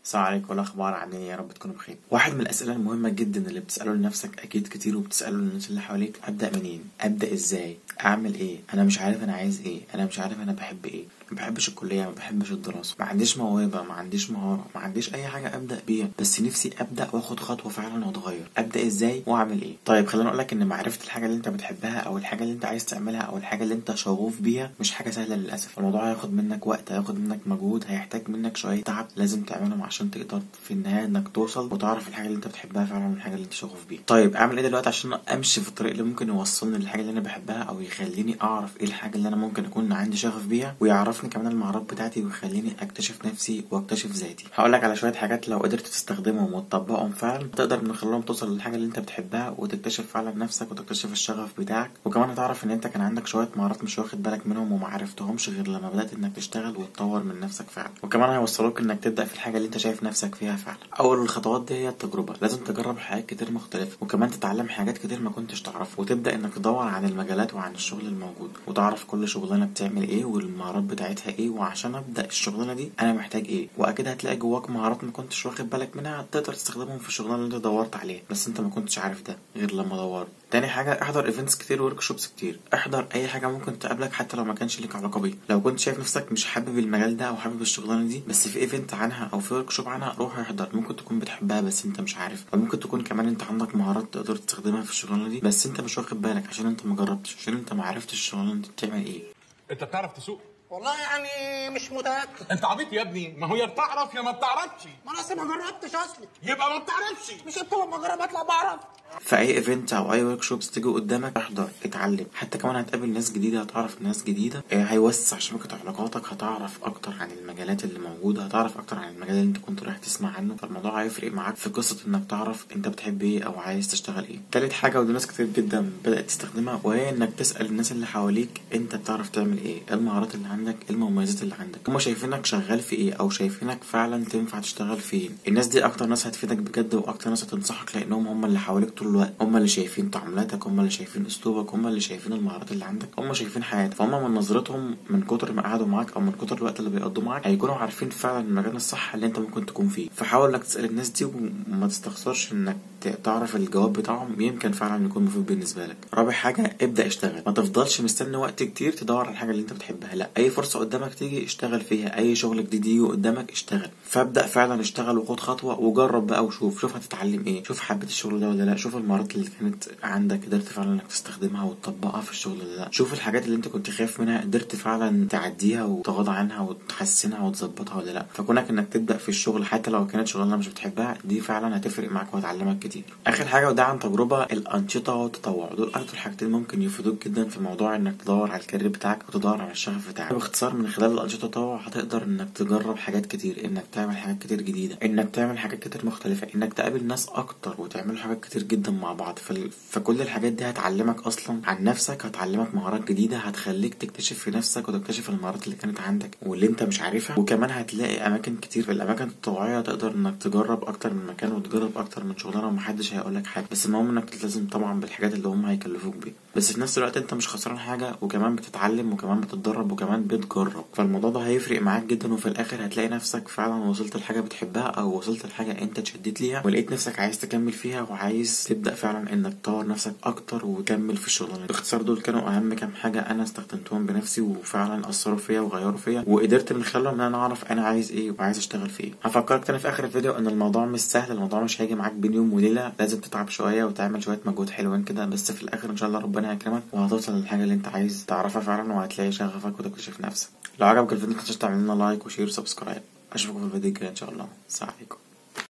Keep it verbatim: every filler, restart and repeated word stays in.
السلام عليكم، والاخبار عاملين ايه؟ يا رب تكونوا بخير. واحد من الاسئله المهمه جدا اللي بتساله لنفسك اكيد كتير وبتساله للناس اللي حواليك: ابدا منين؟ ابدا ازاي؟ اعمل ايه؟ انا مش عارف انا عايز ايه، انا مش عارف انا بحب ايه، ما بحبش الكليه، ما بحبش الدراسه، ما عنديش موهبه، ما عنديش مهاره، ما عنديش اي حاجه ابدا بيها، بس نفسي ابدا واخد خطوه فعلا واتغير. ابدا ازاي واعمل ايه؟ طيب خليني اقول لك ان معرفه الحاجه اللي انت بتحبها او الحاجه اللي انت عايز تعملها او الحاجه اللي انت شغوف بيها مش حاجه سهله للاسف. الموضوع هياخد منك وقت، هياخد منك مجهود، هيحتاج منك شويه تعب لازم تعملهم عشان تقدر في النهايه انك توصل وتعرف الحاجه اللي انت بتحبها فعلا والحاجه اللي انت شغوف بيها. طيب اعمل ايه دلوقتي عشان امشي في الطريق اللي ممكن يوصلني للحاجه اللي انا بحبها او يخليني اعرف ايه الحاجه اللي انا ممكن اكون عندي شغف بيها، ويعرفني كمان المهارات بتاعتي ويخليني اكتشف نفسي واكتشف ذاتي. هقول لك على شويه حاجات لو قدرت تستخدمهم وتطبقهم فعلا تقدر من خلالهم توصل للحاجه اللي انت بتحبها وتكتشف فعلا نفسك وتكتشف الشغف بتاعك. وكمان هتعرف ان انت كان عندك شويه مهارات مش واخد بالك منهم وما عرفتهمش غير لما بدات انك تشتغل وتطور من نفسك فعلا. وكمان هيوصلوك انك تبدا في الحاجه اللي انت شايف نفسك فيها فعلا. اول الخطوات دي هي التجربه، لازم تجرب حاجات كتير مختلفه وكمان تتعلم حاجات كتير ما كنتش تعرفها، وتبدا انك تدور عن المجالات وعن الشغل الموجود وتعرف كل شغلانه بتعمل ايه والمهارات بتاعتها ايه، وعشان ابدا الشغلانه دي انا محتاج ايه. واكيد هتلاقي جواك مهارات ما كنتش واخد بالك منها تقدر تستخدمهم في الشغلانه اللي انت دورت عليها، بس انت ما كنتش عارف ده غير لما دورت. تاني حاجه، احضر ايفنتس كتير، ورك شوبس كتير، احضر اي حاجه ممكن تقابلك حتى لو ما كانش ليك علاقه بيه. لو كنت شايف نفسك مش حابب المجال ده او حابب الشغلانه دي بس في ايفنت عنها او في ورك شوب عنها، روح احضر. ممكن تكون بتحبها بس انت مش عارف، او ممكن تكون كمان انت عندك مهارات تقدر تستخدمها في الشغلانه دي بس انت مش واخد بالك عشان انت ما جربتش، عشان انت ما عرفتش الشغلانه دي بتعمل ايه. انت بتعرف تسوق؟ والله يعني مش متأكد. انت عبيط يا ابني، ما هو يا بتعرف يا ما بتعرفش. ما انا اصلا ما جربتش اصلي. يبقى ما بتعرفش. مش انت لما اجرب اطلع بعرف. في اي ايفنت او اي ورك شوبس تيجي قدامك احضر، اتعلم، حتى كمان هتقابل ناس جديده، هتعرف ناس جديده، اه هيوسع شبكه علاقاتك، هتعرف اكتر عن المجالات اللي موجوده، هتعرف اكتر عن المجال اللي انت كنت رايح تسمع عنه. فالموضوع هيفرق معاك في قصه انك تعرف انت بتحب ايه او عايز تشتغل ايه. تالت حاجه ودي ناس كتير جدا بدات تستخدمها، وهي انك تسال الناس اللي حواليك انت بتعرف تعمل ايه، ايه المهارات اللي عندك، ايه المميزات اللي عندك، هما شايفينك شغال في ايه او شايفينك فعلا تنفع تشتغل فين. الناس دي اكتر ناس هتفيدك بجد واكتر ناس هتنصحك، لانهم هم اللي حواليك طول الوقت، هم اللي شايفين تعاملاتك، هم اللي شايفين اسلوبك، هم اللي شايفين المهارات اللي عندك، هم شايفين حياتك. فهم من نظرتهم من كتر ما قعدوا معاك او من كتر الوقت اللي بيقضوا معاك هيكونوا عارفين فعلا المكان الصح اللي انت ممكن تكون فيه. فحاول انك تسال الناس دي وما تستخسرش انك تعرف الجواب بتاعهم، يمكن فعلا يكون مفيد بالنسبه لك. رابع حاجه، ابدا اشتغل، ما تفضلش مستني وقت كتير تدور على الحاجه اللي انت بتحبها، لا، اي فرصه قدامك تيجي اشتغل فيها، اي شغل جديد يجي قدامك اشتغل. فابدا فعلا اشتغل وخد خطوه وجرب بقى وشوف شوف هتتعلم ايه، شوف حبيت الشغل ده ولا لا، شوف المهارات اللي كانت عندك قدرت فعلا انك تستخدمها وتطبقها في الشغل ولا لا، شوف الحاجات اللي انت كنت خايف منها قدرت فعلا تعديها وتغاضى عنها وتحسنها وتظبطها ولا لا. فكونك انك تبدا في الشغل حتى لو كانت شغلانه مش بتحبها دي فعلا هتفرق معاك وهتعلمك كتير. اخر حاجه وده عن تجربه، الانشطه والتطوع، دول اكتر حاجتين ممكن يفيدوك جدا في موضوع انك تدور على الكارير بتاعك وتدور على الشغف بتاعك. باختصار من خلال الانشطه والتطوع هتقدر انك تجرب حاجات كتير، انك تعمل حاجات كتير جديده، انك تعمل حاجات كتير مختلفه، انك تقابل ناس اكتر وتعملوا حاجات كتير جدا مع بعض. فال... فكل الحاجات دي هتعلمك اصلا عن نفسك، هتعلمك مهارات جديده، هتخليك تكتشف في نفسك وتكتشف المهارات اللي كانت عندك واللي انت مش عارفها. وكمان هتلاقي اماكن كتير في الاماكن التطوعيه تقدر انك تجرب اكتر من مكان وتجرب اكتر من شغلانه ومحدش هيقولك حاجه، بس المهم انك تلتزم طبعا بالحاجات اللي هم هيكلفوك بيها، بس في نفس الوقت انت مش خسران حاجه وكمان بتتعلم وكمان بتتدرب وكمان بتجرب. فالموضوع ده هيفرق معاك جدا، وفي الاخر هتلاقي نفسك فعلا وصلت لحاجه بتحبها او وصلت لحاجه انت اتشدت ليها ولقيت نفسك عايز تكمل فيها وعايز تبدا فعلا انك تطور نفسك اكتر وتكمل في الشغلانه. باختصار دول كانوا اهم كام حاجه انا استخدمتهم بنفسي وفعلا اثروا فيا وغيروا فيا وقدرت من خلالهم ان انا اعرف انا عايز ايه وعايز اشتغل في ايه. هفكرك تاني في اخر الفيديو ان الموضوع مش سهل، الموضوع مش هيجي معاك بين يوم وليله، لازم تتعب شويه وتعمل شويه مجهود حلوين كده، بس في الاخر ان شاء الله ربنا يكرمك وهتوصل للحاجه اللي انت عايز تعرفها فعلا وهتلاقي شغفك وتكتشف نفسك. لو عجبك الفيديو متنساش تعمل لنا لايك وشير وسبسكرايب. اشوفكم في الفيديو الجاي ان شاء الله. السلام عليكم.